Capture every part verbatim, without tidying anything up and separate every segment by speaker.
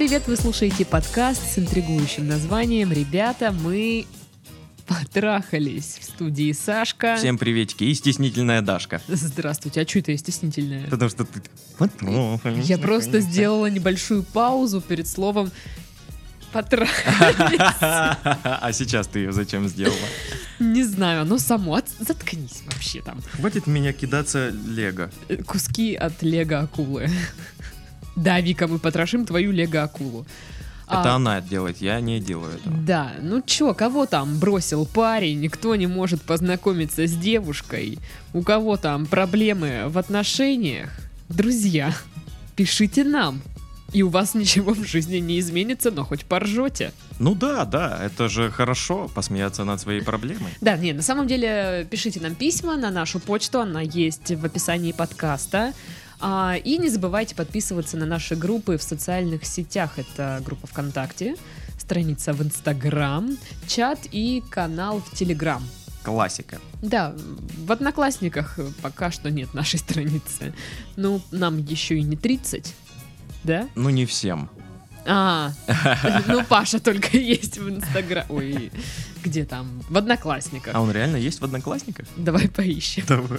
Speaker 1: привет! Вы слушаете подкаст с интригующим названием «Ребята, мы потрахались». В студии Сашка.
Speaker 2: Всем приветики. И стеснительная Дашка.
Speaker 1: Здравствуйте. А что это я стеснительная?
Speaker 2: Потому что ты...
Speaker 1: Я просто сделала небольшую паузу перед словом «потрахались».
Speaker 2: А сейчас ты ее зачем сделала?
Speaker 1: Не знаю, оно само. Заткнись вообще там.
Speaker 2: Хватит меня кидаться лего.
Speaker 1: Куски от лего-акулы. Да, Вика, мы потрошим твою лего-акулу.
Speaker 2: Это
Speaker 1: а,
Speaker 2: она делает, я не делаю этого.
Speaker 1: Да, ну чё, кого там бросил парень, никто не может познакомиться с девушкой, у кого там проблемы в отношениях, друзья, пишите нам, и у вас ничего в жизни не изменится, но хоть поржете.
Speaker 2: Ну да, да, это же хорошо, посмеяться над своей проблемой.
Speaker 1: Да, нет, на самом деле пишите нам письма на нашу почту, она есть в описании подкаста. А, и не забывайте подписываться на наши группы в социальных сетях. Это группа ВКонтакте, страница в Инстаграм, чат и канал в Телеграм.
Speaker 2: Классика.
Speaker 1: Да, в Одноклассниках пока что нет нашей страницы. Ну, нам еще и не тридцать, да?
Speaker 2: Ну не всем.
Speaker 1: А, ну Паша только есть в Инстаграм. Ой, где там? В Одноклассниках.
Speaker 2: А он реально есть в Одноклассниках?
Speaker 1: Давай поищем.
Speaker 2: Давай.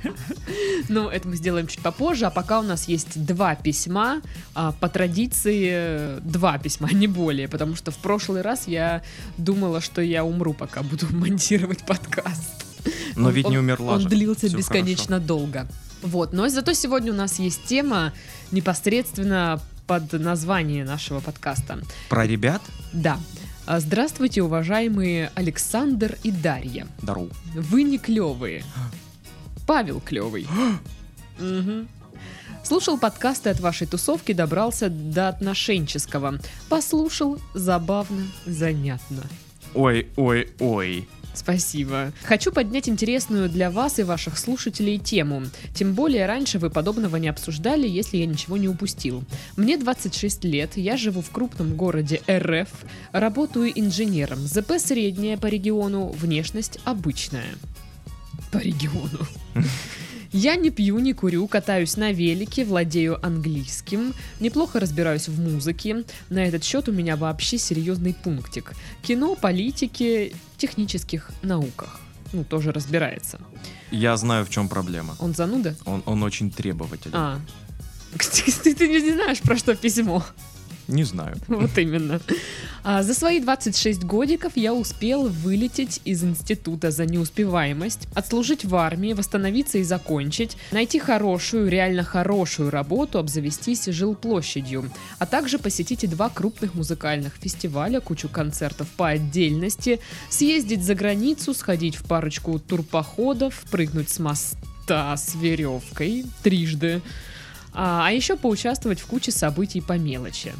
Speaker 1: Ну, это мы сделаем чуть попозже, а пока у нас есть два письма, а, по традиции два письма, не более, потому что в прошлый раз я думала, что я умру, пока буду монтировать подкаст.
Speaker 2: Но
Speaker 1: он,
Speaker 2: ведь не
Speaker 1: он,
Speaker 2: умерла
Speaker 1: Он
Speaker 2: же.
Speaker 1: длился
Speaker 2: Всё
Speaker 1: бесконечно
Speaker 2: хорошо.
Speaker 1: долго. Вот, но зато сегодня у нас есть тема непосредственно под название нашего подкаста.
Speaker 2: Про ребят?
Speaker 1: Да. Здравствуйте, уважаемые Александр и Дарья.
Speaker 2: Дару.
Speaker 1: Вы не клевые. Павел клевый. Угу. Слушал подкасты от вашей тусовки, добрался до отношенческого. Послушал, забавно, занятно.
Speaker 2: Ой, ой, ой.
Speaker 1: Спасибо. Хочу поднять интересную для вас и ваших слушателей тему. Тем более раньше вы подобного не обсуждали, если я ничего не упустил. Мне двадцать шесть лет, я живу в крупном городе эр эф, работаю инженером. зэ пэ средняя по региону, внешность обычная. По региону. Я не пью, не курю, катаюсь на велике, владею английским, неплохо разбираюсь в музыке. На этот счет у меня вообще серьезный пунктик. Кино, политики, технических науках. Ну, тоже разбирается.
Speaker 2: Я знаю, в чем проблема.
Speaker 1: Он зануда?
Speaker 2: Он, он очень требовательный.
Speaker 1: А. Ты, ты не знаешь, про что письмо.
Speaker 2: Не знаю.
Speaker 1: Вот именно. А, за свои двадцать шесть годиков я успел вылететь из института за неуспеваемость, отслужить в армии, восстановиться и закончить, найти хорошую, реально хорошую работу, обзавестись жилплощадью, а также посетить и два крупных музыкальных фестиваля, кучу концертов по отдельности, съездить за границу, сходить в парочку турпоходов, прыгнуть с моста с веревкой трижды, а, а еще поучаствовать в куче событий по мелочи.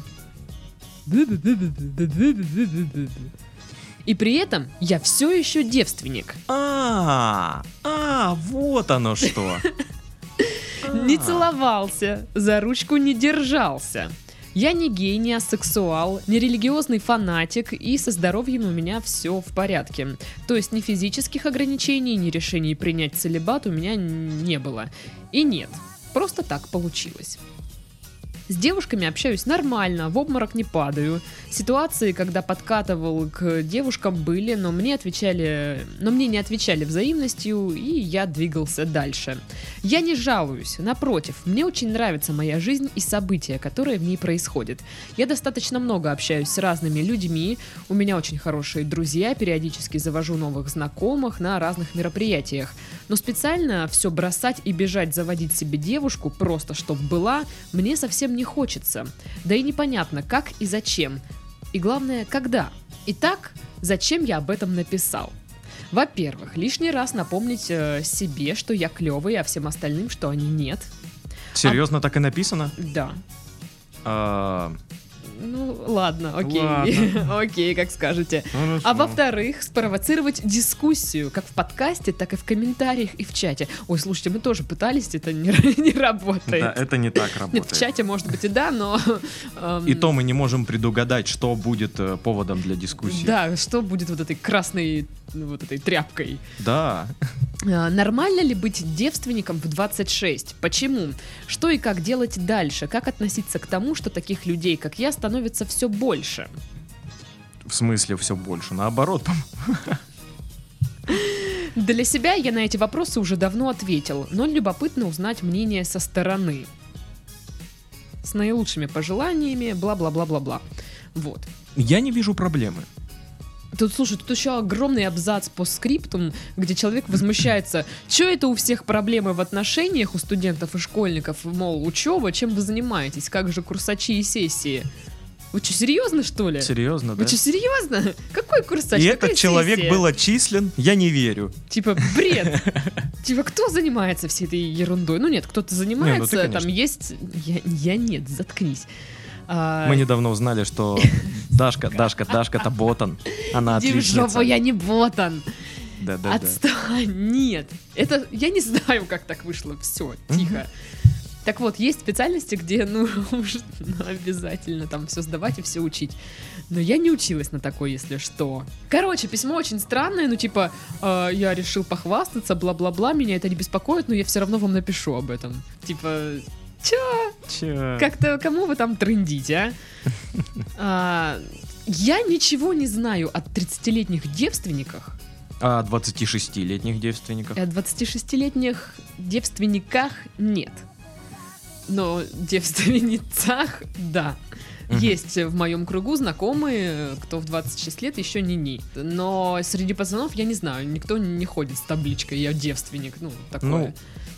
Speaker 1: И при этом я все еще девственник.
Speaker 2: А, а, вот оно что.
Speaker 1: Не целовался, за ручку не держался. Я не гей, не асексуал, не религиозный фанатик, и со здоровьем у меня все в порядке. То есть ни физических ограничений, ни решений принять целибат у меня не было. И нет, просто так получилось. С девушками общаюсь нормально, в обморок не падаю. Ситуации, когда подкатывал к девушкам, были, но мне отвечали, но мне не отвечали взаимностью, и я двигался дальше. Я не жалуюсь, напротив, мне очень нравится моя жизнь и события, которые в ней происходят. Я достаточно много общаюсь с разными людьми, у меня очень хорошие друзья, периодически завожу новых знакомых на разных мероприятиях. Но специально все бросать и бежать заводить себе девушку, просто чтобы была, мне совсем не хочется. Да и непонятно, как и зачем. И главное, когда. Итак, зачем я об этом написал? Во-первых, лишний раз напомнить э, себе, что я клевый, а всем остальным, что они нет.
Speaker 2: Серьезно, а... так и написано?
Speaker 1: Да.
Speaker 2: А...
Speaker 1: Ну, ладно, окей.
Speaker 2: Ладно.
Speaker 1: Окей, как скажете.
Speaker 2: Хорошо.
Speaker 1: А во-вторых, спровоцировать дискуссию, как в подкасте, так и в комментариях и в чате. Ой, слушайте, мы тоже пытались, это не, не работает.
Speaker 2: Да, это не так работает.
Speaker 1: Нет, в чате, может быть, и да, но... Эм,
Speaker 2: И то мы не можем предугадать, что будет э, поводом для дискуссии.
Speaker 1: Да, что будет вот этой красной, ну, вот этой тряпкой.
Speaker 2: Да.
Speaker 1: А, Нормально ли быть девственником в двадцать шесть? Почему? Что и как делать дальше? Как относиться к тому, что таких людей, как я, становится все больше?
Speaker 2: В смысле все больше? Наоборот.
Speaker 1: Для себя я на эти вопросы уже давно ответил, но любопытно узнать мнение со стороны. С наилучшими пожеланиями, бла-бла-бла-бла-бла. Вот.
Speaker 2: Я не вижу проблемы.
Speaker 1: Тут, слушай, тут еще огромный абзац по скриптум, где человек возмущается, что это у всех проблемы в отношениях у студентов и школьников, мол, учеба, чем вы занимаетесь, как же курсачи и сессии? Вы что, серьезно, что ли?
Speaker 2: Серьезно, да?
Speaker 1: Вы что, серьезно? Какой курсач?
Speaker 2: И
Speaker 1: Какая
Speaker 2: этот человек
Speaker 1: сессия?
Speaker 2: был отчислен, я не верю.
Speaker 1: Типа, бред. Типа, кто занимается всей этой ерундой? Ну нет, кто-то занимается,
Speaker 2: Не, ну ты,
Speaker 1: там
Speaker 2: конечно.
Speaker 1: есть... Я, я нет, заткнись. А,
Speaker 2: Мы недавно узнали, что Дашка, Дашка, Дашка-то ботан. Она
Speaker 1: иди в
Speaker 2: отличница.
Speaker 1: жопу, я не ботан.
Speaker 2: Да-да-да.
Speaker 1: Отстань, нет. Это, я не знаю, как так вышло. Все, тихо. Так вот, есть специальности, где, ну, уж, ну, обязательно там все сдавать и все учить. Но я не училась на такой, если что. Короче, письмо очень странное, ну, типа, э, я решил похвастаться, бла-бла-бла, меня это не беспокоит, но я все равно вам напишу об этом. Типа, чё?
Speaker 2: Чё?
Speaker 1: Как-то кому вы там трындите, а? А, Я ничего не знаю о тридцатилетних девственниках,
Speaker 2: А двадцатишестилетних девственников?
Speaker 1: и о двадцатишестилетних девственниках нет. Но девственницах, да.
Speaker 2: Мгм.
Speaker 1: Есть в моем кругу знакомые, кто в двадцать шесть лет еще не-ни. Но среди пацанов, я не знаю, никто не ходит с табличкой «я девственник», ну, такое.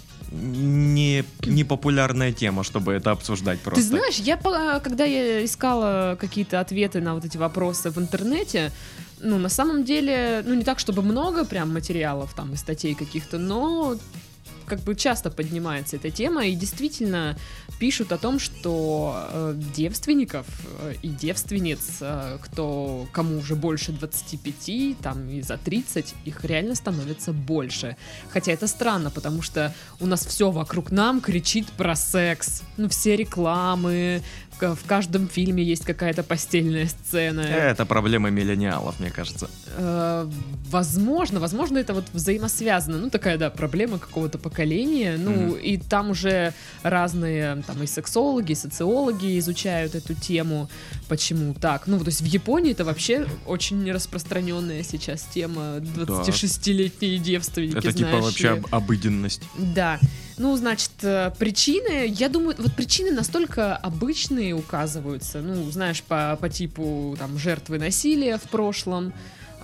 Speaker 2: Не, не популярная тема, чтобы это обсуждать просто.
Speaker 1: Ты знаешь, я, по- когда я искала какие-то ответы на вот эти вопросы в интернете, ну, на самом деле, ну, не так, чтобы много прям материалов там и статей каких-то, но как бы часто поднимается эта тема, и действительно пишут о том, что э, девственников э, и девственниц, э, кто, кому уже больше двадцати пяти, там и за тридцать, их реально становится больше. Хотя это странно, потому что у нас все вокруг нам кричит про секс. Ну, все рекламы, в, в каждом фильме есть какая-то постельная сцена.
Speaker 2: Это проблема миллениалов, мне кажется.
Speaker 1: Э, возможно, возможно, это вот взаимосвязано. Ну, такая, да, проблема какого-то поколения. Ну,
Speaker 2: Мгм.
Speaker 1: и там уже разные, там, и сексологи, и социологи изучают эту тему. Почему так? Ну, то есть в Японии это вообще очень распространенная сейчас тема. двадцатишестилетние девственники,
Speaker 2: Это типа
Speaker 1: знаешь
Speaker 2: вообще
Speaker 1: ли.
Speaker 2: об- обыденность.
Speaker 1: Да. Ну, значит, э, причины, я думаю, вот причины настолько обычные указываются, ну, знаешь, по, по типу, там, жертвы насилия в прошлом,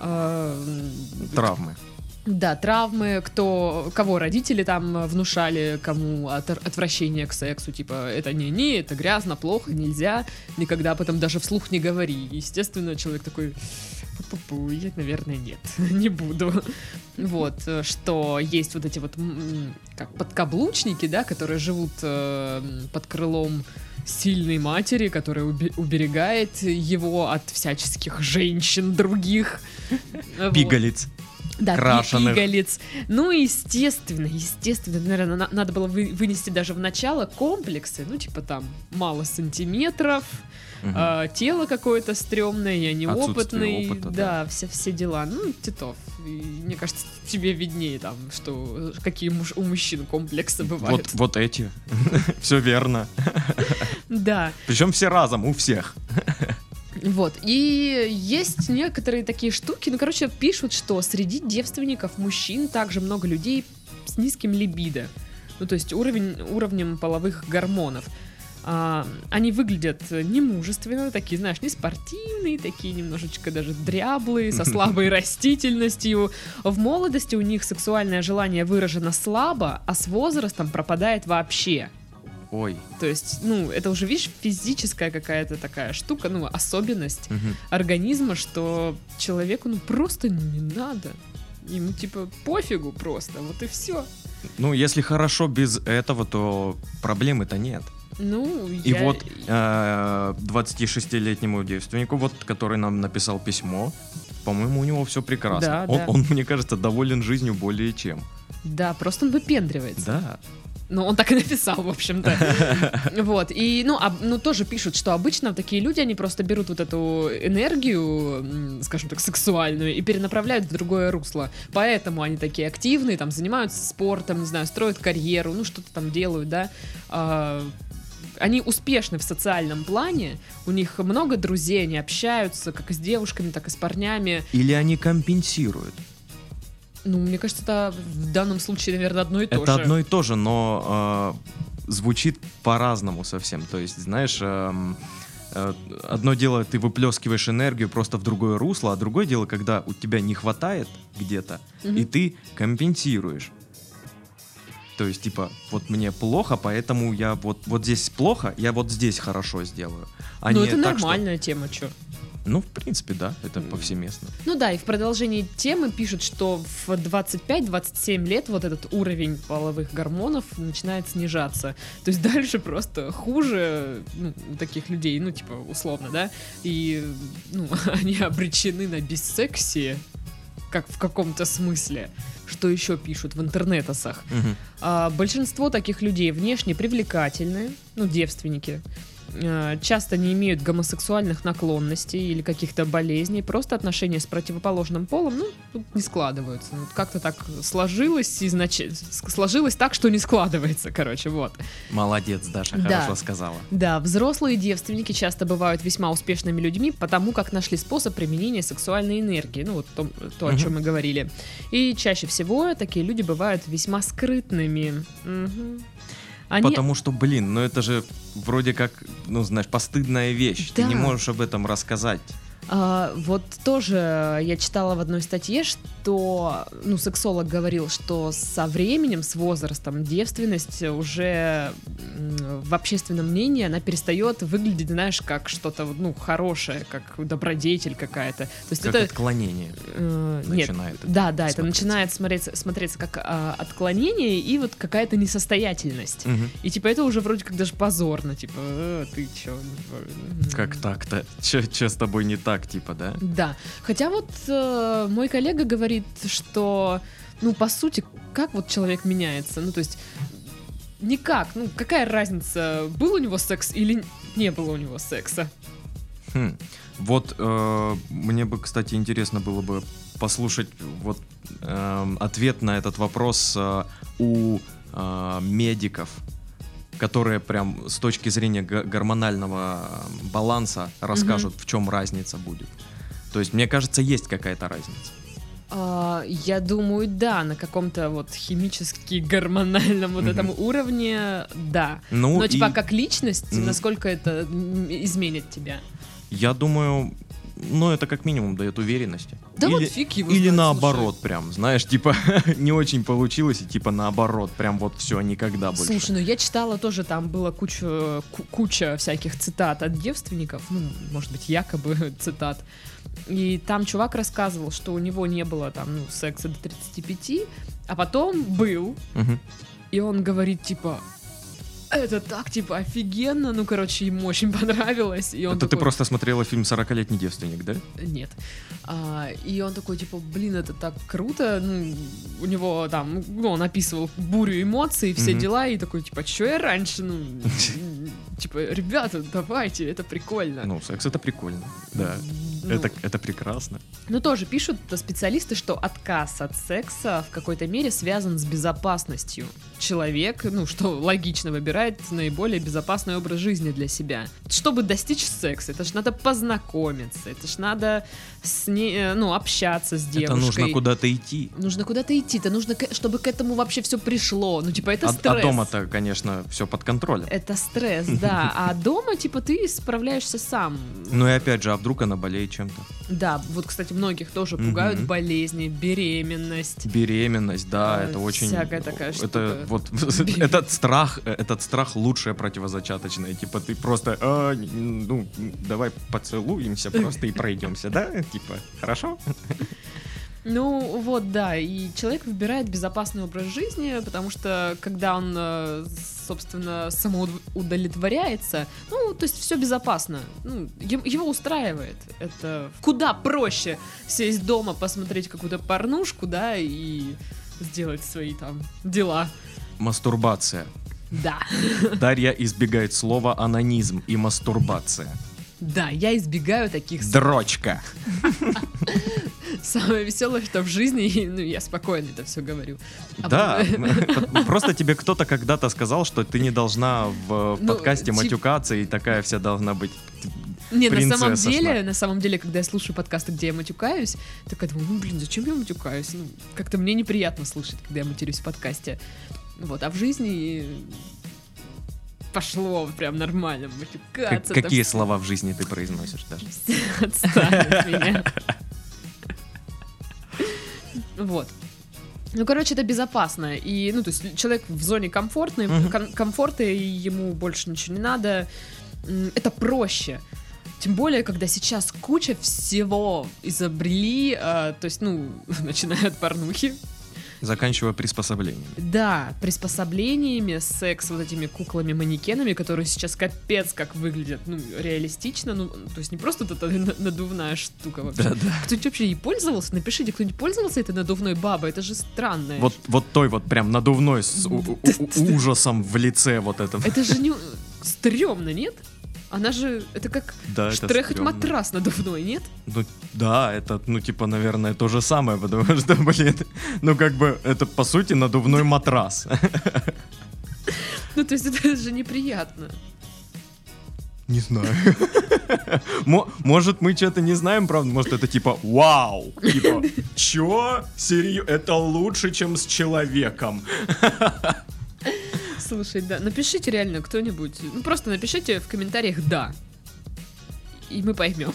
Speaker 1: э,
Speaker 2: Травмы.
Speaker 1: да, травмы, кто, кого родители там внушали, кому от- отвращение к сексу, типа, это не-не, это грязно, плохо, нельзя, никогда об этом даже вслух не говори. Естественно, человек такой, пу-пу-пу, я, наверное, нет, не буду. Вот, э, что есть вот эти вот, м, как подкаблучники, да, которые живут э, под крылом сильной матери, которая уби- уберегает его от всяческих женщин других. Вот.
Speaker 2: Пигалиц.
Speaker 1: Да, пи-
Speaker 2: крашеных.
Speaker 1: пигалиц. Ну, и естественно, естественно, наверное, на- надо было вы- вынести даже в начало комплексы, ну, типа там мало сантиметров,
Speaker 2: Мгм.
Speaker 1: а, тело какое-то стрёмное, я неопытный,
Speaker 2: Отсутствие опыта,
Speaker 1: да,
Speaker 2: да.
Speaker 1: все, все дела. Ну, Титов, и мне кажется, тебе виднее там, что какие муж- у мужчин комплексы бывают.
Speaker 2: Вот, вот эти. Все верно.
Speaker 1: Да.
Speaker 2: Причем все разом, у всех.
Speaker 1: Вот, и есть некоторые такие штуки, ну, короче, пишут, что среди девственников мужчин также много людей с низким либидо, ну, то есть уровень, уровнем половых гормонов. А, они выглядят немужественно, такие, знаешь, не спортивные, такие немножечко даже дряблые, со слабой растительностью. В молодости у них сексуальное желание выражено слабо, а с возрастом пропадает вообще.
Speaker 2: Ой.
Speaker 1: То есть, ну, это уже, видишь, физическая какая-то такая штука, ну, особенность
Speaker 2: Мгм.
Speaker 1: организма, что человеку, ну, просто не надо. Ему, типа, пофигу просто, вот и все.
Speaker 2: Ну, если хорошо без этого, то проблемы-то нет.
Speaker 1: Ну,
Speaker 2: И
Speaker 1: я...
Speaker 2: вот э, двадцатишестилетнему девственнику, вот, который нам написал письмо, по-моему, у него все прекрасно.
Speaker 1: Да,
Speaker 2: он,
Speaker 1: да.
Speaker 2: он, мне кажется, доволен жизнью более чем.
Speaker 1: Да, просто он выпендривается.
Speaker 2: Да.
Speaker 1: Ну, он так и написал, в общем-то. Вот, и, ну, об, ну, тоже пишут, что обычно такие люди, они просто берут вот эту энергию, скажем так, сексуальную, и перенаправляют в другое русло. Поэтому они такие активные, там, занимаются спортом, не знаю, строят карьеру, ну, что-то там делают, да. А, они успешны в социальном плане, у них много друзей, они общаются как и с девушками, так и с парнями.
Speaker 2: Или они компенсируют.
Speaker 1: Ну, мне кажется, это в данном случае, наверное, одно и то
Speaker 2: Это
Speaker 1: же.
Speaker 2: Это одно и то же, но э, звучит по-разному совсем. То есть, знаешь, э, э, одно дело, ты выплескиваешь энергию просто в другое русло, а другое дело, когда у тебя не хватает где-то, угу. и ты компенсируешь. То есть, типа, вот мне плохо, поэтому я вот, вот здесь плохо, я вот здесь хорошо сделаю. А
Speaker 1: ну,
Speaker 2: не
Speaker 1: это
Speaker 2: так,
Speaker 1: нормальная
Speaker 2: что...
Speaker 1: тема, чё?
Speaker 2: Ну, в принципе, да, это повсеместно.
Speaker 1: Ну да, и в продолжении темы пишут, что в двадцать пять - двадцать семь лет вот этот уровень половых гормонов начинает снижаться. То есть дальше просто хуже, ну, у таких людей, ну, типа, условно, да, и, ну, они обречены на бессексие, как в каком-то смысле. Что еще пишут в интернетосах?
Speaker 2: Угу.
Speaker 1: А, большинство таких людей внешне привлекательны, ну, девственники, часто не имеют гомосексуальных наклонностей или каких-то болезней, просто отношения с противоположным полом, ну, тут не складываются. Вот как-то так сложилось, изнач... сложилось так, что не складывается, короче, вот.
Speaker 2: Молодец, Даша,
Speaker 1: да.
Speaker 2: хорошо сказала.
Speaker 1: Да, взрослые девственники часто бывают весьма успешными людьми, потому как нашли способ применения сексуальной энергии, ну, вот то, то о чем мы говорили. И чаще всего такие люди бывают весьма скрытными. Угу. Они...
Speaker 2: Потому что, блин, ну это же вроде как, ну знаешь, постыдная вещь.
Speaker 1: Да.
Speaker 2: Ты не можешь об этом рассказать.
Speaker 1: А, вот тоже я читала в одной статье, что, ну, сексолог говорил, что со временем, с возрастом девственность уже в общественном мнении она перестает выглядеть, знаешь, как что-то, ну, хорошее, как добродетель какая-то. То есть
Speaker 2: как
Speaker 1: это
Speaker 2: отклонение.
Speaker 1: Э,
Speaker 2: начинает.
Speaker 1: Нет, да, да,
Speaker 2: смотреться.
Speaker 1: это начинает смотреться, смотреться как а, отклонение и вот какая-то несостоятельность.
Speaker 2: Угу.
Speaker 1: И типа это уже вроде как даже позорно, типа, э, ты чё?
Speaker 2: Как так-то? Чё, чё с тобой не так, типа, да?
Speaker 1: Да. Хотя вот э, мой коллега говорит, что, ну, по сути, как вот человек меняется? Ну, то есть, никак. Ну, какая разница, был у него секс или не было у него секса?
Speaker 2: Хм. Вот э, мне бы, кстати, интересно было бы послушать вот э, ответ на этот вопрос э, у э, медиков, которые прям с точки зрения г- гормонального баланса расскажут, mm-hmm. в чем разница будет. То есть, мне кажется, есть какая-то разница.
Speaker 1: Uh, я думаю, да, на каком-то вот химически гормональном вот mm-hmm. этом уровне, да.
Speaker 2: Ну,
Speaker 1: но
Speaker 2: и...
Speaker 1: типа как личность, mm-hmm. насколько это изменит тебя?
Speaker 2: Я думаю, ну это как минимум дает уверенности.
Speaker 1: Да
Speaker 2: или,
Speaker 1: вот фиг его
Speaker 2: Или
Speaker 1: знает,
Speaker 2: наоборот,
Speaker 1: слушай.
Speaker 2: прям, знаешь, типа не очень получилось, и типа наоборот, прям вот все, никогда больше.
Speaker 1: Слушай, ну я читала тоже, там была куча, куча всяких цитат от девственников, ну, может быть, якобы цитат. И там чувак рассказывал, что у него не было там, ну, секса до тридцати пяти, а потом был,
Speaker 2: угу.
Speaker 1: и он говорит, типа, это так, типа, офигенно, ну, короче, ему очень понравилось. И он
Speaker 2: это
Speaker 1: такой...
Speaker 2: ты просто смотрела фильм «сорокалетний девственник», да?
Speaker 1: Нет. А, и он такой, типа, блин, это так круто, ну, у него там, ну, он описывал бурю эмоций, все
Speaker 2: mm-hmm.
Speaker 1: дела, и такой, типа, чё я раньше, ну, типа, ребята, давайте, это прикольно.
Speaker 2: Ну, секс это прикольно, да. Ну, это, это прекрасно.
Speaker 1: Ну, тоже пишут специалисты, что отказ от секса в какой-то мере связан с безопасностью. Человек, ну, что логично, выбирает наиболее безопасный образ жизни для себя. Чтобы достичь секса, это ж надо познакомиться, это ж надо с ней, ну, общаться с девушкой.
Speaker 2: Это нужно куда-то идти.
Speaker 1: Нужно куда-то идти, это нужно, чтобы к этому вообще все пришло. Ну, типа, это
Speaker 2: а,
Speaker 1: стресс.
Speaker 2: А дома-то, конечно, все под контролем.
Speaker 1: Это стресс, да. А дома, типа, ты справляешься сам.
Speaker 2: Ну и опять же, а вдруг она болеет чем-то?
Speaker 1: Да, вот, кстати, многих тоже пугают mm-hmm. болезни, беременность.
Speaker 2: Беременность, да,
Speaker 1: а,
Speaker 2: это очень...
Speaker 1: Всякая такая штука.
Speaker 2: Это вот этот страх, этот страх лучшее противозачаточное. Типа ты просто, а, ну, давай поцелуемся просто и пройдемся, да? Типа, хорошо?
Speaker 1: Ну вот, да, и человек выбирает безопасный образ жизни, потому что когда он, собственно, самоудовлетворяется, ну, то есть все безопасно, ну, его устраивает. Это куда проще сесть дома, посмотреть какую-то порнушку, да, и сделать свои там дела.
Speaker 2: Мастурбация.
Speaker 1: Да.
Speaker 2: Дарья избегает слова анонизм и мастурбация.
Speaker 1: Да, я избегаю таких слов.
Speaker 2: Дрочка.
Speaker 1: Самое веселое, что в жизни, ну, я спокойно это все говорю. А
Speaker 2: Да,
Speaker 1: потом-
Speaker 2: просто тебе кто-то когда-то сказал, что ты не должна в
Speaker 1: Ну,
Speaker 2: подкасте
Speaker 1: тип-
Speaker 2: матюкаться, и такая вся должна быть.
Speaker 1: Не, на самом
Speaker 2: принцесса
Speaker 1: деле,
Speaker 2: шла.
Speaker 1: на самом деле, когда я слушаю подкасты, где я матюкаюсь, так я думаю, ну, блин, зачем я матюкаюсь? Ну, как-то мне неприятно слышать, когда я матерюсь в подкасте. Вот, а в жизни пошло прям нормально
Speaker 2: Как-
Speaker 1: матюкаться.
Speaker 2: Какие
Speaker 1: там
Speaker 2: слова в жизни ты произносишь даже?
Speaker 1: Отстань от меня. Вот. Ну, короче, это безопасно. И, ну, то есть человек в зоне комфортной,
Speaker 2: Мгм.
Speaker 1: ком- комфорта, и ему больше ничего не надо. М, Это проще. Тем более, когда сейчас куча всего изобрели, а, то есть, ну, начиная от порнухи,
Speaker 2: Заканчивая приспособлениями.
Speaker 1: да, приспособлениями, секс вот этими куклами-манекенами, которые сейчас капец как выглядят, ну, реалистично, ну, то есть не просто вот эта на- надувная штука вообще.
Speaker 2: Да-да.
Speaker 1: Кто-нибудь вообще ей пользовался? Напишите, кто-нибудь пользовался этой надувной бабой, это же странно.
Speaker 2: Вот, вот той вот прям надувной с у- у- у- ужасом в лице вот этом.
Speaker 1: Это же не... стрёмно, нет? Она же, это как
Speaker 2: Да, это
Speaker 1: штрехать
Speaker 2: стрёмно.
Speaker 1: матрас надувной, нет?
Speaker 2: Ну, да, это, ну, типа, наверное, то же самое, потому что, блин, ну, как бы, это, по сути, надувной матрас.
Speaker 1: Ну, то есть это же неприятно.
Speaker 2: Не знаю. Мо- Может, мы что-то не знаем, правда? Может, это типа, вау! Типа, чё? Серьезно? Это лучше, чем с человеком.
Speaker 1: Слушай, да, напишите реально кто-нибудь, ну, просто напишите в комментариях «да», и мы поймем.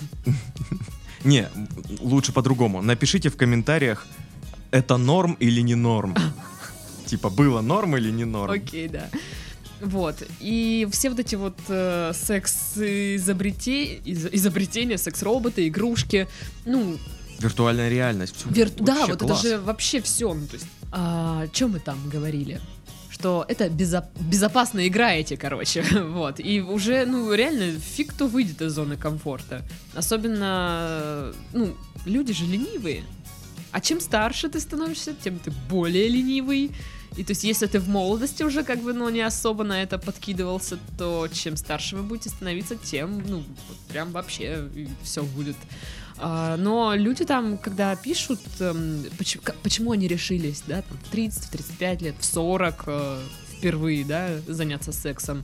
Speaker 2: Не, лучше по-другому. Напишите в комментариях, это норм или не норм. Типа, было норм или не норм.
Speaker 1: Окей, да. Вот. И все вот эти вот э, секс-изобрете- из- изобретения, секс-роботы, игрушки, ну,
Speaker 2: Виртуальная реальность. всё,
Speaker 1: вир- да,
Speaker 2: вообще
Speaker 1: вот
Speaker 2: класс.
Speaker 1: это же вообще все. Ну, то есть, о чем мы там говорили? Что это безо- безопасная игра эти, короче, вот, и уже, ну, реально, фиг кто выйдет из зоны комфорта, особенно, ну, люди же ленивые, а чем старше ты становишься, тем ты более ленивый, и то есть, если ты в молодости уже, как бы, ну, не особо на это подкидывался, то чем старше вы будете становиться, тем, ну, вот прям вообще все будет. А, но люди там, когда пишут, эм, почему, почему они решились, да, там, в тридцать, в тридцать пять лет, в сорок э, впервые, да, заняться сексом.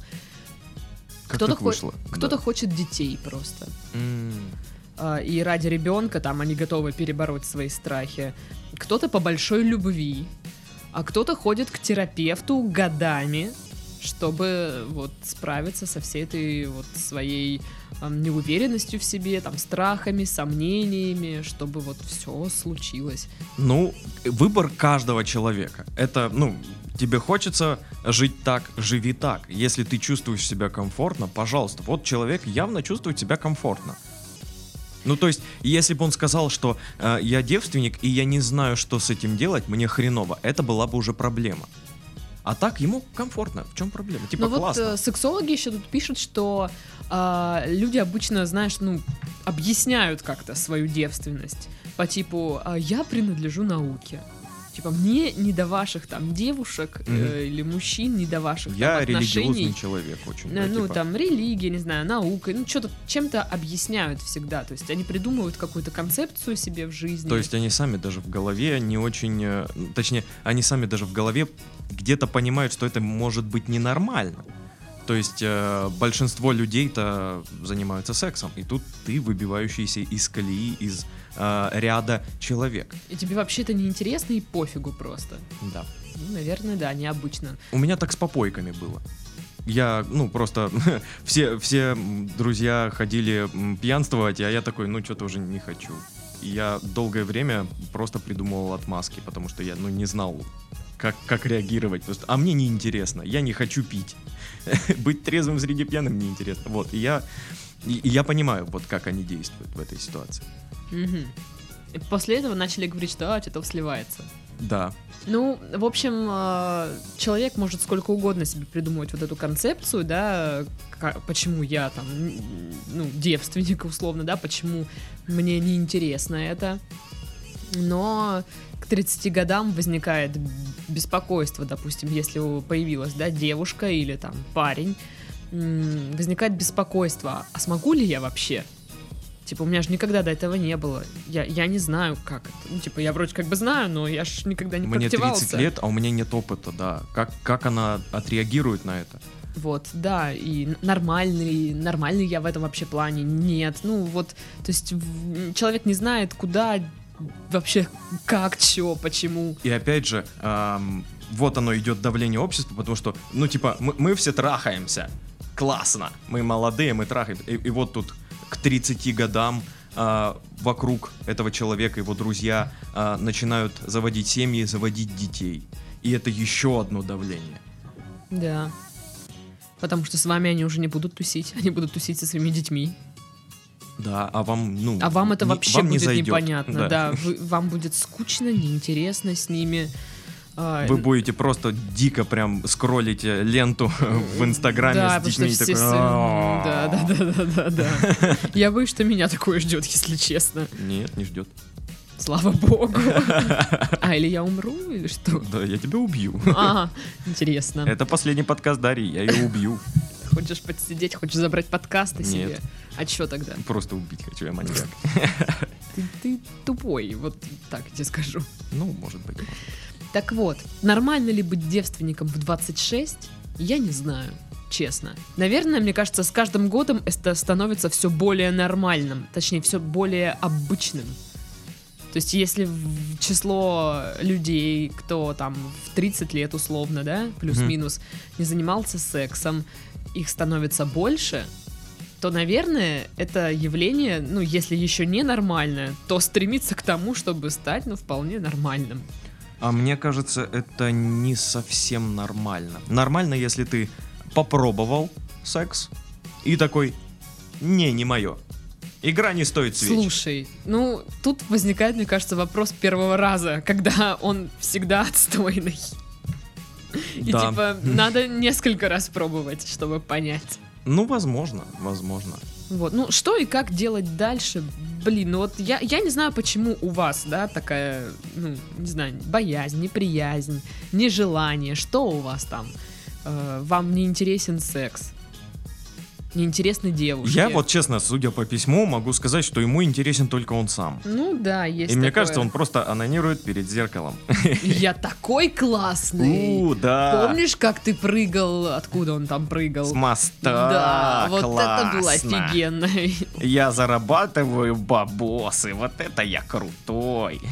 Speaker 2: Как
Speaker 1: кто-то
Speaker 2: так
Speaker 1: хо-
Speaker 2: вышло?
Speaker 1: Кто-то
Speaker 2: Да.
Speaker 1: хочет детей просто.
Speaker 2: М.
Speaker 1: А, и ради ребенка там они готовы перебороть свои страхи. Кто-то по большой любви, а кто-то ходит к терапевту годами, чтобы вот справиться со всей этой вот своей эм, неуверенностью в себе, там, страхами, сомнениями, чтобы вот все случилось.
Speaker 2: Ну, выбор каждого человека. Это, ну, тебе хочется жить так, живи так. Если ты чувствуешь себя комфортно, пожалуйста. Вот человек явно чувствует себя комфортно. Ну, то есть, если бы он сказал, что э, я девственник, и я не знаю, что с этим делать, мне хреново, это была бы уже проблема. А так ему комфортно. В чем проблема? Типа,
Speaker 1: Но вот
Speaker 2: классно.
Speaker 1: э, сексологи еще тут пишут, что а, люди обычно, знаешь, ну, объясняют как-то свою девственность по типу а, «я принадлежу науке». Типа, мне не до ваших там девушек
Speaker 2: Мгм.
Speaker 1: э, или мужчин, не до ваших
Speaker 2: Я
Speaker 1: там, отношений.
Speaker 2: религиозный человек очень.
Speaker 1: Э,
Speaker 2: да,
Speaker 1: Ну,
Speaker 2: типа.
Speaker 1: там, религия, не знаю, наука, ну, что-то чем-то объясняют всегда. То есть они придумывают какую-то концепцию себе в жизни.
Speaker 2: То есть они сами даже в голове не очень... э, Точнее, они сами даже в голове где-то понимают, что это может быть ненормально. То есть э, большинство людей-то занимаются сексом, и тут ты, выбивающийся из колеи, из э, ряда человек.
Speaker 1: И тебе вообще это неинтересно и пофигу просто.
Speaker 2: Да.
Speaker 1: Ну, наверное, да, необычно.
Speaker 2: У меня так с попойками было. Я, ну, просто все, все м, друзья ходили м, пьянствовать, а я такой, ну, что-то уже не хочу. И я долгое время просто придумывал отмазки, потому что я, ну, не знал, как, как реагировать. Просто, а мне неинтересно, я не хочу пить. Быть трезвым среди пьяным неинтересно. Вот, и я, и, и я понимаю, вот как они действуют в этой ситуации.
Speaker 1: Мгм. И после этого начали говорить, что а, что-то сливается.
Speaker 2: Да.
Speaker 1: Ну, в общем, э, человек может сколько угодно себе придумывать вот эту концепцию, да, ка- почему я там, м, ну, девственник условно, да, почему мне неинтересно это. Но к тридцати годам возникает беспокойство, допустим, если у- появилась, да, девушка или там парень, м, возникает беспокойство, а смогу ли я вообще? Типа, у меня же никогда до этого не было. Я, я не знаю, как это. Ну, типа, я вроде как бы знаю, но я ж никогда не
Speaker 2: Мне
Speaker 1: практиковался.
Speaker 2: тридцать лет, а у меня нет опыта, да. Как, как она отреагирует на это?
Speaker 1: Вот, да, и н- нормальный, нормальный я в этом вообще плане нет. Ну, вот, то есть в- человек не знает, куда вообще, как, чё, почему.
Speaker 2: И опять же, ам, вот оно идет давление общества, потому что, ну, типа, мы, мы все трахаемся. Классно. Мы молодые, мы трахаемся. И, и вот тут к тридцати годам а, вокруг этого человека, его друзья а, начинают заводить семьи, заводить детей. И это еще одно давление.
Speaker 1: Да. Потому что с вами они уже не будут тусить, они будут тусить со своими детьми.
Speaker 2: Да, а вам, ну...
Speaker 1: А вам это
Speaker 2: не-
Speaker 1: вообще
Speaker 2: вам не
Speaker 1: будет
Speaker 2: зайдет.
Speaker 1: непонятно. Да, вы- вам будет скучно, неинтересно с ними. А,
Speaker 2: Вы будете просто дико прям скроллите ленту в Инстаграме
Speaker 1: да,
Speaker 2: с
Speaker 1: потому что
Speaker 2: детьми. и
Speaker 1: все
Speaker 2: такой,
Speaker 1: с-
Speaker 2: «А-а-а».
Speaker 1: Да, да, да, да, да, да. Я боюсь, что меня такое ждет, если честно.
Speaker 2: Нет, не ждет.
Speaker 1: Слава богу. А, или я умру, или что?
Speaker 2: Да, я тебя убью.
Speaker 1: А, интересно.
Speaker 2: Это последний подкаст Дарьи, я ее убью.
Speaker 1: Хочешь подсидеть, хочешь забрать подкасты себе?
Speaker 2: Нет.
Speaker 1: А что тогда?
Speaker 2: Просто убить хочу, я маньяк.
Speaker 1: Ты, ты тупой, вот так я тебе скажу.
Speaker 2: Ну, может быть.
Speaker 1: Так вот, нормально ли быть девственником в двадцать шесть? Я не знаю, честно. Наверное, мне кажется, с каждым годом это становится все более нормальным, точнее, все более обычным. То есть, если в число людей, кто там в тридцать лет условно, да, плюс-минус, не занимался сексом, их становится больше, то, наверное, это явление, ну, если еще не нормальное, то стремится к тому, чтобы стать, ну, вполне нормальным.
Speaker 2: А мне кажется, это не совсем нормально. Нормально, если ты попробовал секс и такой, не, не мое. Игра не стоит свеч.
Speaker 1: Слушай, ну, тут возникает, мне кажется, вопрос первого раза, когда он всегда отстойный. И
Speaker 2: Да.
Speaker 1: типа, надо несколько раз пробовать, чтобы понять.
Speaker 2: Ну, возможно, возможно.
Speaker 1: Вот, ну, что и как делать дальше? Блин, ну вот я, я не знаю, почему у вас, да, такая, ну, не знаю, боязнь, неприязнь, нежелание. Что у вас там? Э, вам не интересен секс? Неинтересны девушки?
Speaker 2: Я вот, честно, судя по письму, могу сказать, что ему интересен только он сам.
Speaker 1: Ну да, есть
Speaker 2: И мне
Speaker 1: такое.
Speaker 2: кажется, он просто анонирует перед зеркалом.
Speaker 1: Я такой классный!
Speaker 2: У, да.
Speaker 1: Помнишь, как ты прыгал? Откуда он там прыгал?
Speaker 2: С моста.
Speaker 1: Да, вот это было
Speaker 2: классно.
Speaker 1: офигенно.
Speaker 2: Я зарабатываю бабосы, вот это я крутой.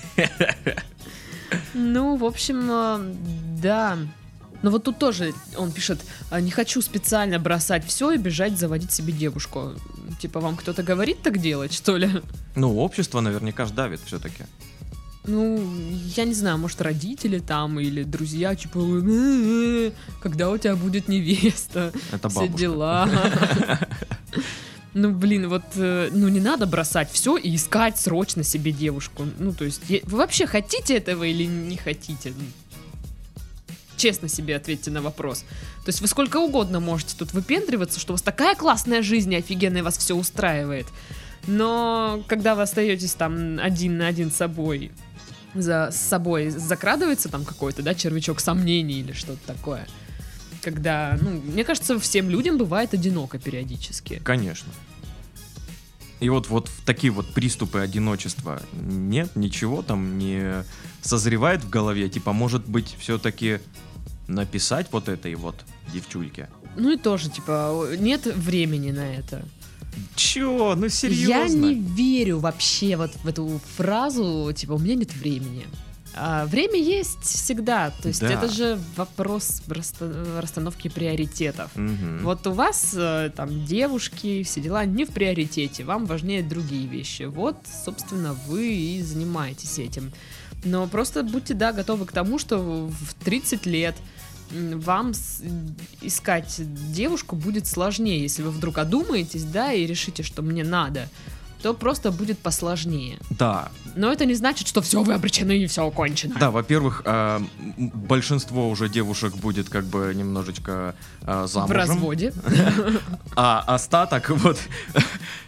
Speaker 1: Ну, в общем, э, да. Но вот тут тоже он пишет: «А, не хочу специально бросать все и бежать заводить себе девушку. Типа, вам кто-то говорит так делать, что ли?
Speaker 2: Ну, общество наверняка ж давит все-таки.
Speaker 1: Ну, я не знаю, может, родители там или друзья, типа, «Э-э-э, когда у тебя будет невеста,
Speaker 2: Это
Speaker 1: все
Speaker 2: бабушка.
Speaker 1: дела». Ну, блин, вот, э, ну, не надо бросать все и искать срочно себе девушку. Ну, то есть, е- вы вообще хотите этого или не хотите? Честно себе ответьте на вопрос. То есть вы сколько угодно можете тут выпендриваться, что у вас такая классная жизнь, и офигенно, и вас все устраивает. Но когда вы остаетесь там один на один с собой, за с собой закрадывается там какой-то, да, червячок сомнений или что-то такое. Когда, ну, мне кажется, всем людям бывает одиноко периодически.
Speaker 2: Конечно. И вот, вот в такие вот приступы одиночества нет, ничего там не созревает в голове. Типа, может быть, все-таки написать вот этой вот девчульке.
Speaker 1: Ну и тоже, типа, нет времени на это.
Speaker 2: Чё? Ну серьезно?
Speaker 1: Я не верю вообще вот в эту фразу, типа, у меня нет времени. А время есть всегда, то есть
Speaker 2: Да.
Speaker 1: это же вопрос расста- расстановки приоритетов.
Speaker 2: Мгм.
Speaker 1: Вот у вас э, там девушки, все дела не в приоритете, вам важнее другие вещи. Вот, собственно, вы и занимаетесь этим. Но просто будьте, да, готовы к тому, что в тридцать лет м, вам с- искать девушку будет сложнее. Если вы вдруг одумаетесь, да, и решите, что мне надо, то просто будет посложнее.
Speaker 2: Да,
Speaker 1: Но это не значит, что все, вы обречены и все кончено.
Speaker 2: да, во-первых, а, м, большинство уже девушек будет как бы немножечко а,
Speaker 1: В
Speaker 2: замужем.
Speaker 1: разводе.
Speaker 2: А остаток, вот,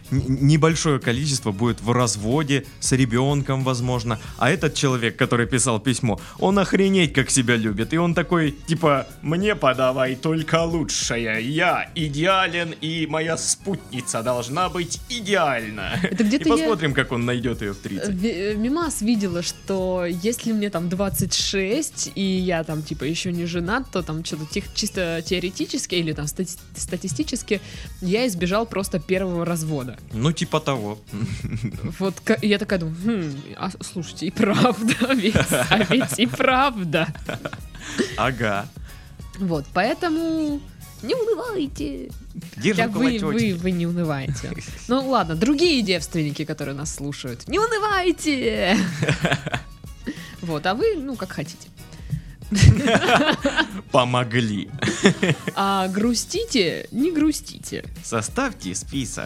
Speaker 2: н- небольшое количество будет в разводе, с ребенком, возможно. А этот человек, который писал письмо, он охренеть как себя любит. И он такой, типа, мне подавай только лучшее. Я идеален, и моя спутница должна быть идеальна.
Speaker 1: Это где-то
Speaker 2: и
Speaker 1: я-
Speaker 2: посмотрим, как он найдет ее в тридцать.
Speaker 1: Ви- Мимас видела, что если мне там двадцать шесть, и я там типа еще не женат, то там что-то тех- чисто теоретически или там стати- статистически я избежал просто первого развода.
Speaker 2: Ну, типа того.
Speaker 1: Вот ка- я такая думаю, «Хм, а, слушайте, и правда, ведь, а ведь и правда.
Speaker 2: Ага.
Speaker 1: Вот, поэтому не унывайте. Хотя
Speaker 2: Держим
Speaker 1: вы, вы,
Speaker 2: кулачочки.
Speaker 1: вы не унываете. Ну ладно, другие девственники, которые нас слушают, не унывайте. Вот, а вы, ну, как хотите.
Speaker 2: Помогли.
Speaker 1: А грустите, не грустите.
Speaker 2: Составьте список.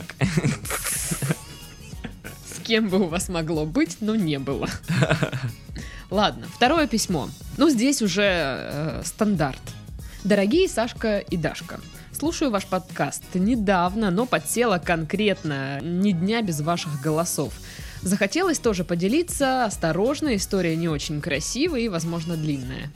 Speaker 1: С кем бы у вас могло быть, но не было. Ладно, второе письмо. Ну, здесь уже э, стандарт. Дорогие Сашка и Дашка, слушаю ваш подкаст недавно, но подсела конкретно, ни дня без ваших голосов. Захотелось тоже поделиться, осторожно, история не очень красивая и, возможно, длинная.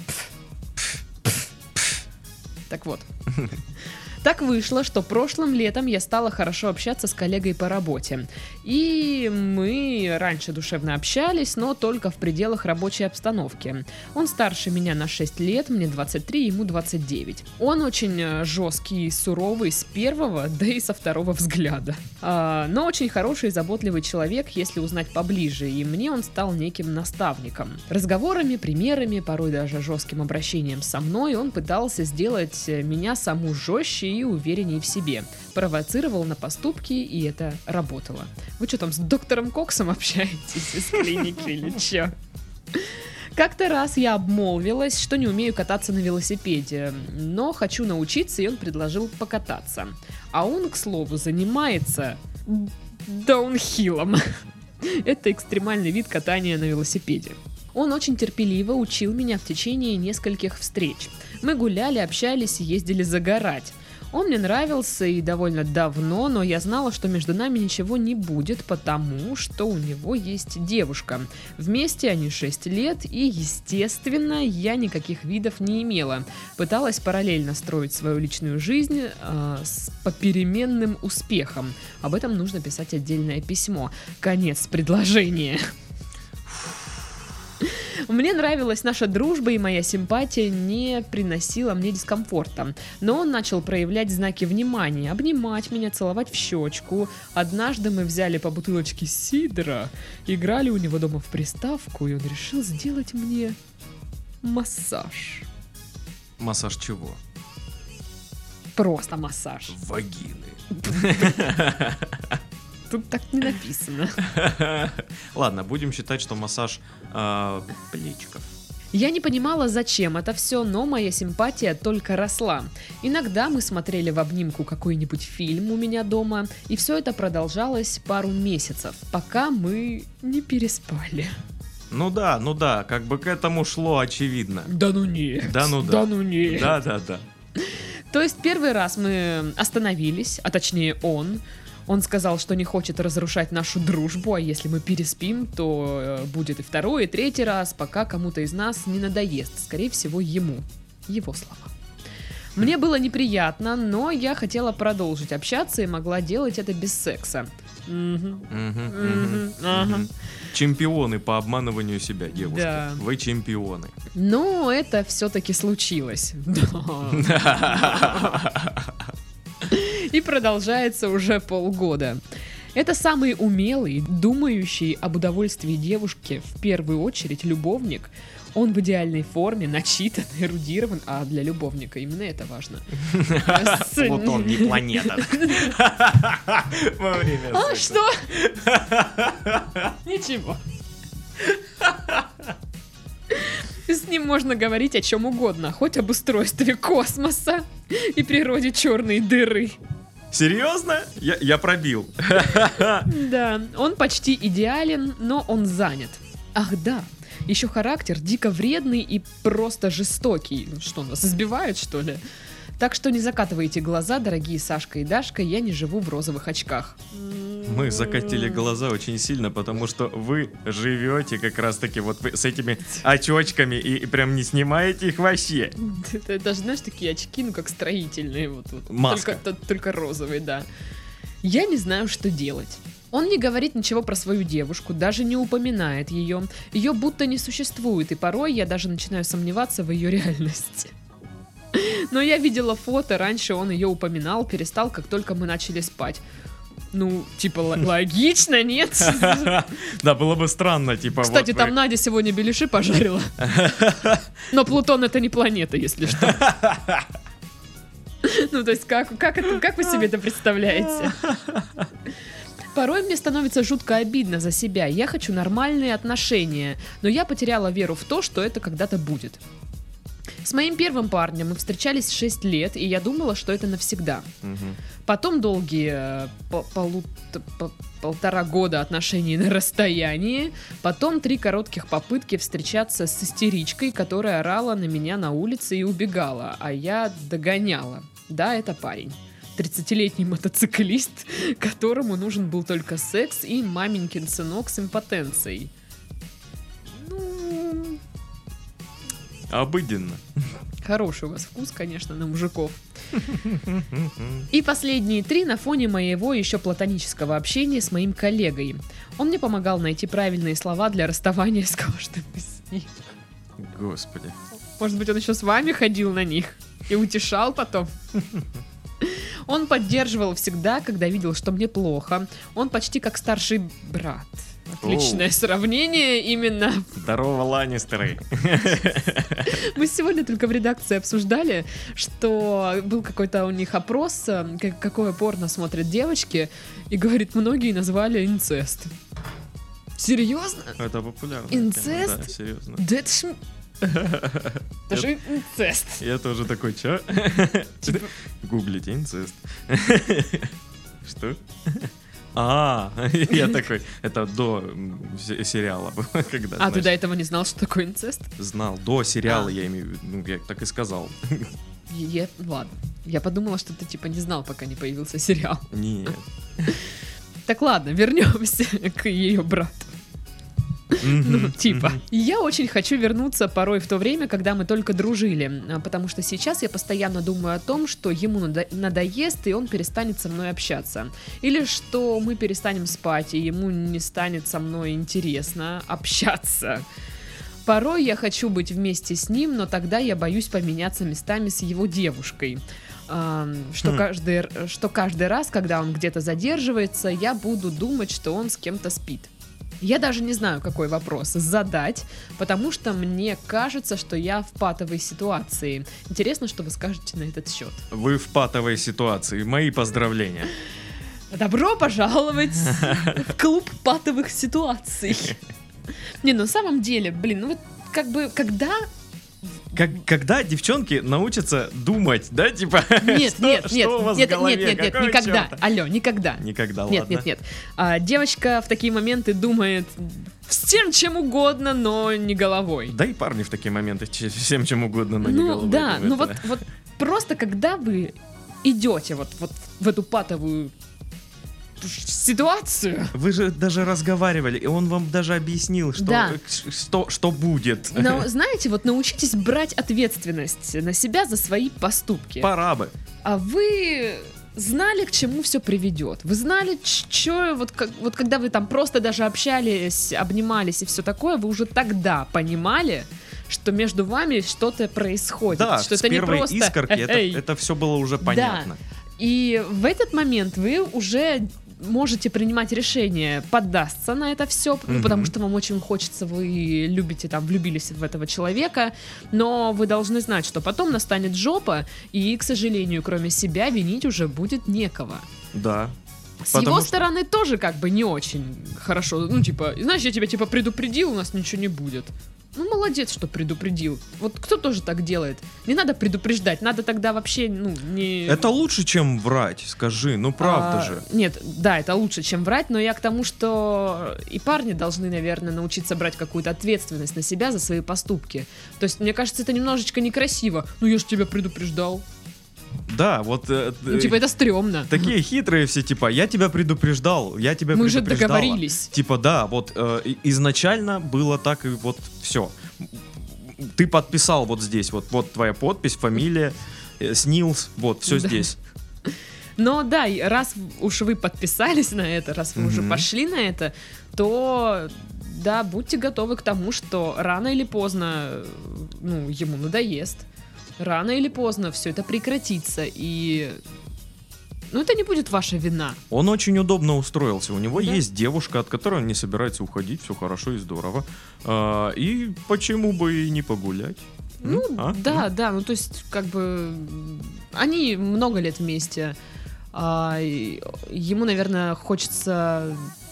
Speaker 1: Так вот. Так вышло, что прошлым летом я стала хорошо общаться с коллегой по работе. И мы раньше душевно общались, но только в пределах рабочей обстановки. Он старше меня на шесть лет, мне двадцать три, ему двадцать девять. Он очень жесткий и суровый с первого, да и со второго взгляда. А, но очень хороший и заботливый человек, если узнать поближе, и мне он стал неким наставником. Разговорами, примерами, порой даже жестким обращением со мной он пытался сделать меня саму жестче и увереннее в себе. Провоцировал на поступки, и это работало. Вы что там, с доктором Коксом общаетесь из клиники или чё? Как-то раз я обмолвилась, что не умею кататься на велосипеде, но хочу научиться, и он предложил покататься. А он, к слову, занимается даунхиллом. Это экстремальный вид катания на велосипеде. Он очень терпеливо учил меня в течение нескольких встреч. Мы гуляли, общались и ездили загорать. Он мне нравился и довольно давно, но я знала, что между нами ничего не будет, потому что у него есть девушка. Вместе они шесть лет, и, естественно, я никаких видов не имела. Пыталась параллельно строить свою личную жизнь э, с попеременным успехом. Об этом нужно писать отдельное письмо. Конец предложения. Мне нравилась наша дружба, и моя симпатия не приносила мне дискомфорта. Но он начал проявлять знаки внимания, обнимать меня, целовать в щечку. Однажды мы взяли по бутылочке сидра, играли у него дома в приставку, и он решил сделать мне массаж.
Speaker 2: Массаж чего?
Speaker 1: Просто массаж.
Speaker 2: Вагины.
Speaker 1: Тут так не написано.
Speaker 2: Ладно, будем считать, что массаж э, плечиков.
Speaker 1: Я не понимала, зачем это все, но моя симпатия только росла. Иногда мы смотрели в обнимку какой-нибудь фильм у меня дома, и все это продолжалось пару месяцев, пока мы не переспали.
Speaker 2: Ну да, ну да, как бы к этому шло очевидно.
Speaker 1: Да ну нет.
Speaker 2: Да ну да.
Speaker 1: Да ну нет.
Speaker 2: Да, да, да.
Speaker 1: То есть первый раз мы остановились, а точнее он. Он сказал, что не хочет разрушать нашу дружбу, а если мы переспим, то э, будет и второй, и третий раз, пока кому-то из нас не надоест. Скорее всего, ему. Его слова. Мне было неприятно, но я хотела продолжить общаться и могла делать это без секса. Мгм.
Speaker 2: Мгм,
Speaker 1: Мгм,
Speaker 2: мгм,
Speaker 1: ага.
Speaker 2: мгм. Чемпионы по обманыванию себя, девушки.
Speaker 1: Да.
Speaker 2: Вы чемпионы.
Speaker 1: Но это все-таки случилось. И продолжается уже полгода. Это самый умелый, думающий об удовольствии девушки, в первую очередь любовник. Он в идеальной форме, начитан, эрудирован, а для любовника именно это важно.
Speaker 2: Плутон не планета. Во время
Speaker 1: А
Speaker 2: секса.
Speaker 1: что? Ничего. С ним можно говорить о чем угодно, хоть об устройстве космоса и природе черной дыры.
Speaker 2: Серьезно? Я, я пробил.
Speaker 1: Да, он почти идеален, но он занят. Ах да, еще характер дико вредный и просто жестокий. Что, нас избивают, что ли? Так что не закатывайте глаза, дорогие Сашка и Дашка, я не живу в розовых очках.
Speaker 2: Мы закатили глаза очень сильно, потому что вы живете как раз-таки вот вы с этими очочками и, и прям не снимаете их вообще.
Speaker 1: Это даже, знаешь, такие очки, ну как строительные. Вот, вот.
Speaker 2: Маска.
Speaker 1: Только, только розовые, да. Я не знаю, что делать. Он не говорит ничего про свою девушку, даже не упоминает ее. Ее будто не существует, и порой я даже начинаю сомневаться в ее реальности. Но я видела фото, раньше он ее упоминал, перестал, как только мы начали спать. Ну, типа, л- логично, нет?
Speaker 2: Да, было бы странно, типа...
Speaker 1: Кстати,
Speaker 2: вот
Speaker 1: там
Speaker 2: вы-
Speaker 1: Надя сегодня беляши пожарила. Но Плутон — это не планета, если что. Ну, то есть, как, как, это, как вы себе это представляете? Порой мне становится жутко обидно за себя. Я хочу нормальные отношения, но я потеряла веру в то, что это когда-то будет. С моим первым парнем мы встречались шесть лет, и я думала, что это навсегда.
Speaker 2: Мгм.
Speaker 1: Потом долгие э, по- полу- т- по- полтора года отношений на расстоянии. Потом три коротких попытки встречаться с истеричкой, которая орала на меня на улице и убегала, а я догоняла. Да, это парень. тридцатилетний мотоциклист, которому нужен был только секс и маменькин сынок с импотенцией. Ну,
Speaker 2: Обыденно.
Speaker 1: хороший у вас вкус, конечно, на мужиков. И последние три на фоне моего еще платонического общения с моим коллегой. Он мне помогал найти правильные слова для расставания с каждым из них.
Speaker 2: Господи.
Speaker 1: Может быть, он еще с вами ходил на них и утешал потом? Он поддерживал всегда, когда видел, что мне плохо. Он почти как старший брат. Отличное
Speaker 2: Оу.
Speaker 1: сравнение именно.
Speaker 2: Здорово, Ланнистеры.
Speaker 1: Мы сегодня только в редакции обсуждали, что был какой-то у них опрос, э, как- какое порно смотрят девочки, и, говорит, многие назвали инцест. Серьезно?
Speaker 2: Это популярно.
Speaker 1: Инцест?
Speaker 2: Да, серьезно.
Speaker 1: Да это ж... м- Это же инцест.
Speaker 2: Я тоже такой, чё?
Speaker 1: Типа-
Speaker 2: Гуглите инцест. Что? А, я такой, это до м, се- сериала было, когда,
Speaker 1: А ты до
Speaker 2: знаешь,
Speaker 1: этого не знал, что такое инцест?
Speaker 2: знал. До сериала
Speaker 1: А.
Speaker 2: я имею в виду, ну, я так и сказал.
Speaker 1: Я... Ладно. Я подумала, что ты типа не знал, пока не появился сериал.
Speaker 2: Нет.
Speaker 1: Так ладно, вернемся к ее брату. Ну, типа. Я очень хочу вернуться порой в то время, когда мы только дружили, а, потому что сейчас я постоянно думаю о том, что ему надо- надоест, и он перестанет со мной общаться. Или что мы перестанем спать, и ему не станет со мной интересно общаться. Порой я хочу быть вместе с ним, но тогда я боюсь поменяться местами с его девушкой. А, Что,
Speaker 2: Хм.
Speaker 1: каждый, р- что каждый раз, когда он где-то задерживается, я буду думать, что он с кем-то спит. Я даже не знаю, какой вопрос задать, потому что мне кажется, что я в патовой ситуации. Интересно, что вы скажете на этот счет.
Speaker 2: Вы в патовой ситуации. Мои поздравления.
Speaker 1: Добро пожаловать в клуб патовых ситуаций. Не, на самом деле, блин, ну вот как бы, когда...
Speaker 2: Как, когда девчонки научатся думать, да, типа?
Speaker 1: Нет,
Speaker 2: что,
Speaker 1: нет,
Speaker 2: что
Speaker 1: нет,
Speaker 2: у вас
Speaker 1: нет,
Speaker 2: в голове?
Speaker 1: нет, нет, нет,
Speaker 2: Какого
Speaker 1: никогда.
Speaker 2: чёрта?
Speaker 1: Алло, никогда.
Speaker 2: Никогда,
Speaker 1: Нет,
Speaker 2: ладно.
Speaker 1: нет, нет. А, девочка в такие моменты думает всем чем угодно, но не головой.
Speaker 2: Да и парни в такие моменты че- всем чем угодно, но не
Speaker 1: Ну
Speaker 2: головой
Speaker 1: да, ну вот,
Speaker 2: думают,
Speaker 1: вот просто когда вы идете вот, вот в эту патовую ситуацию,
Speaker 2: Вы же даже разговаривали, и он вам даже объяснил, что,
Speaker 1: Да.
Speaker 2: э, ш- что, что будет.
Speaker 1: но, знаете, вот научитесь брать ответственность на себя за свои поступки.
Speaker 2: Пора бы.
Speaker 1: А вы знали, к чему все приведет. Вы знали, что вот, как, вот когда вы там просто даже общались, обнимались и все такое, вы уже тогда понимали, что между вами что-то происходит.
Speaker 2: Да,
Speaker 1: что
Speaker 2: с
Speaker 1: это не
Speaker 2: первой
Speaker 1: просто
Speaker 2: искорки это,
Speaker 1: «Эй».
Speaker 2: это все было уже понятно.
Speaker 1: И в этот момент вы уже можете принимать решение поддастся на это все,
Speaker 2: Мгм.
Speaker 1: потому что вам очень хочется, вы любите, там, влюбились в этого человека, но вы должны знать, что потом настанет жопа, и, к сожалению, кроме себя винить уже будет некого.
Speaker 2: Да.
Speaker 1: С
Speaker 2: Потому
Speaker 1: его
Speaker 2: что-
Speaker 1: стороны тоже как бы не очень хорошо. Ну, типа, знаешь, я тебя типа предупредил, у нас ничего не будет. Ну, молодец, что предупредил. Вот кто тоже так делает? Не надо предупреждать, надо тогда вообще, ну, не...
Speaker 2: Это лучше, чем врать, скажи, ну правда
Speaker 1: А,
Speaker 2: же.
Speaker 1: Нет, да, это лучше, чем врать, но я к тому, что и парни должны, наверное, научиться брать какую-то ответственность на себя за свои поступки. То есть, мне кажется, это немножечко некрасиво. Ну, я же тебя предупреждал.
Speaker 2: Да, вот... э,
Speaker 1: Ну, типа, это стрёмно.
Speaker 2: Такие хитрые все, типа, я тебя предупреждал, я тебя
Speaker 1: Мы же
Speaker 2: предупреждала.
Speaker 1: договорились.
Speaker 2: Типа, да, вот э, и- изначально было так, и вот все. Ты подписал вот здесь, вот, вот твоя подпись, фамилия, э, СНИЛС, вот, все
Speaker 1: Да.
Speaker 2: здесь.
Speaker 1: Но да, и раз уж вы подписались на это, раз вы уже
Speaker 2: Мгм.
Speaker 1: пошли на это, то да, будьте готовы к тому, что рано или поздно, ну, ему надоест. Рано или поздно все это прекратится, и ну, это не будет ваша вина.
Speaker 2: Он очень удобно устроился. У него
Speaker 1: Да.
Speaker 2: есть девушка, от которой он не собирается уходить, все хорошо и здорово. А, и почему бы и не погулять?
Speaker 1: Ну,
Speaker 2: М? А?
Speaker 1: да,
Speaker 2: М?
Speaker 1: да, ну, то есть, как бы, они много лет вместе. а, и ему, наверное, хочется...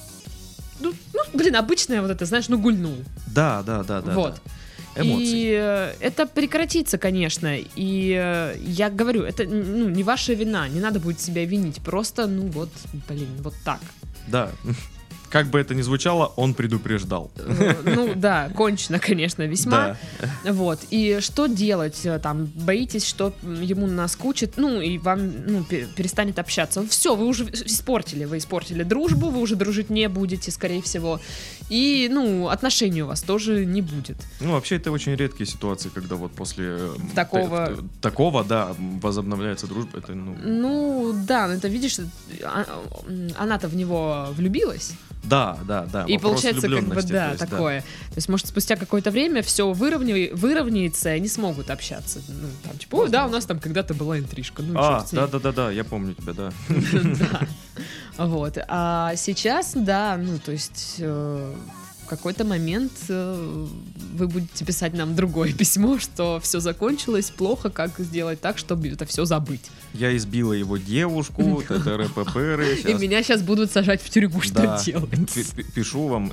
Speaker 1: Ну, ну, блин, обычное вот это, знаешь, ну, гульнул.
Speaker 2: Да, да, да, да.
Speaker 1: Вот.
Speaker 2: да. Эмоции.
Speaker 1: И э, это прекратится, конечно. И э, я говорю, это ну, не ваша вина, не надо будет себя винить. Просто, ну вот, блин, вот так.
Speaker 2: Да. Как бы это ни звучало, он предупреждал.
Speaker 1: Э, Ну да, кончено, конечно, весьма.
Speaker 2: Да.
Speaker 1: Вот. И что делать? Э, Там, боитесь, что ему наскучит, ну, и вам ну, пе- перестанет общаться. Все, вы уже испортили. Вы испортили дружбу, вы уже дружить не будете, скорее всего. И, ну, отношений у вас тоже не будет.
Speaker 2: Ну, вообще, это очень редкие ситуации, когда вот после э,
Speaker 1: Такого-
Speaker 2: т- т- такого, да, возобновляется дружба. Это, ну,
Speaker 1: Ну, да, ну это видишь, а- м, она-то в него влюбилась.
Speaker 2: да, да, да.
Speaker 1: И
Speaker 2: вопрос
Speaker 1: получается, как бы,
Speaker 2: влюбленности,
Speaker 1: да,
Speaker 2: то есть,
Speaker 1: такое. То есть, может, спустя какое-то время все выровня... выровняется, и они смогут общаться. Ну, там, типа, ой, да, у нас там когда-то была интрижка. Ну,
Speaker 2: А,
Speaker 1: чёрт с ней.
Speaker 2: да, да, да, да, я помню тебя, да.
Speaker 1: Да. Вот. А сейчас, да, ну, то есть... э, В какой-то момент э, вы будете писать нам другое письмо, что все закончилось плохо, как сделать так, чтобы это все забыть.
Speaker 2: Я избила его девушку, т.д.р.п.р.
Speaker 1: И меня сейчас будут сажать в тюрьму, что
Speaker 2: Да.
Speaker 1: делать?
Speaker 2: Пи- пи- Пишу вам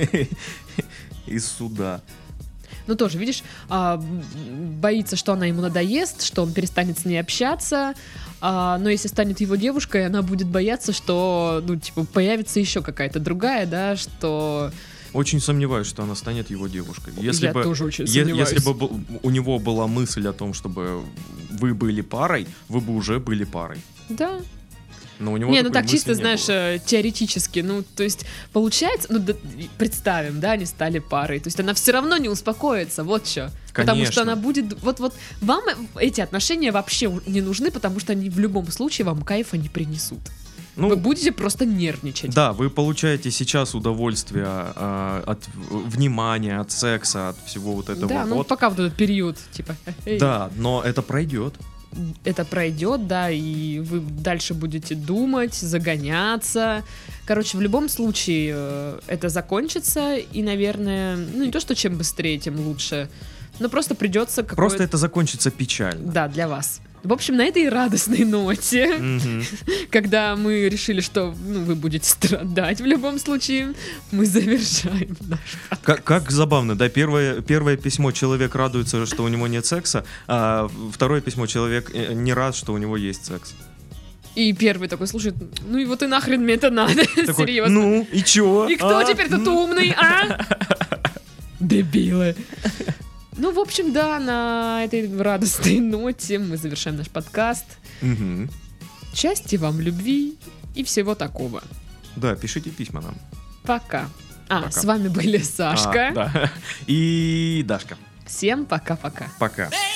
Speaker 2: из суда.
Speaker 1: Ну тоже, видишь, а, м, боится, что она ему надоест, что он перестанет с ней общаться. А, но если станет его девушкой, она будет бояться, что, ну, типа, появится еще какая-то другая, да, что...
Speaker 2: Очень сомневаюсь, что она станет его девушкой. Если
Speaker 1: Я
Speaker 2: бы,
Speaker 1: тоже очень
Speaker 2: е-
Speaker 1: сомневаюсь.
Speaker 2: если бы был- у него была мысль о том, чтобы вы были парой, вы бы уже были парой.
Speaker 1: Да.
Speaker 2: Но у него
Speaker 1: Не, ну
Speaker 2: такой
Speaker 1: так чисто,
Speaker 2: мысли не
Speaker 1: знаешь,
Speaker 2: было.
Speaker 1: э, теоретически, ну, то есть, получается, ну, да, представим, да, они стали парой, то есть она все равно не успокоится, вот что. Потому что
Speaker 2: Конечно.
Speaker 1: она будет, вот-вот, вам эти отношения вообще не нужны, потому что они в любом случае вам кайфа не принесут.
Speaker 2: Ну,
Speaker 1: Вы будете просто нервничать.
Speaker 2: да, вы получаете сейчас удовольствие а, от в- внимания, от секса, от всего вот этого.
Speaker 1: Да, ну
Speaker 2: вот.
Speaker 1: пока вот этот период, типа, эй,
Speaker 2: Да, но это пройдет.
Speaker 1: это пройдет, да, и вы дальше будете думать, загоняться. Короче, в любом случае э, это закончится, и, наверное, ну не то, что чем быстрее, тем лучше, но просто придется какое-то...
Speaker 2: Просто это закончится печально.
Speaker 1: Да, для вас. В общем, на этой радостной ноте,
Speaker 2: Мгм.
Speaker 1: когда мы решили, что ну, вы будете страдать в любом случае, мы завершаем наш
Speaker 2: Как, как забавно, да, первое, первое письмо человек радуется, что у него нет секса, а второе письмо человек э, не рад, что у него есть секс.
Speaker 1: И первый такой слушает, ну и вот и нахрен мне это надо,
Speaker 2: Такой,
Speaker 1: серьезно.
Speaker 2: ну, и чё?
Speaker 1: И кто
Speaker 2: А?
Speaker 1: теперь тут
Speaker 2: М?
Speaker 1: умный, а? Дебилы. Ну, в общем, да, на этой радостной ноте мы завершаем наш подкаст.
Speaker 2: Мгм.
Speaker 1: Счастья вам, любви и всего такого.
Speaker 2: Да, пишите письма нам.
Speaker 1: Пока. А,
Speaker 2: Пока.
Speaker 1: с вами были Сашка.
Speaker 2: А, да. И Дашка.
Speaker 1: Всем пока-пока.
Speaker 2: Пока.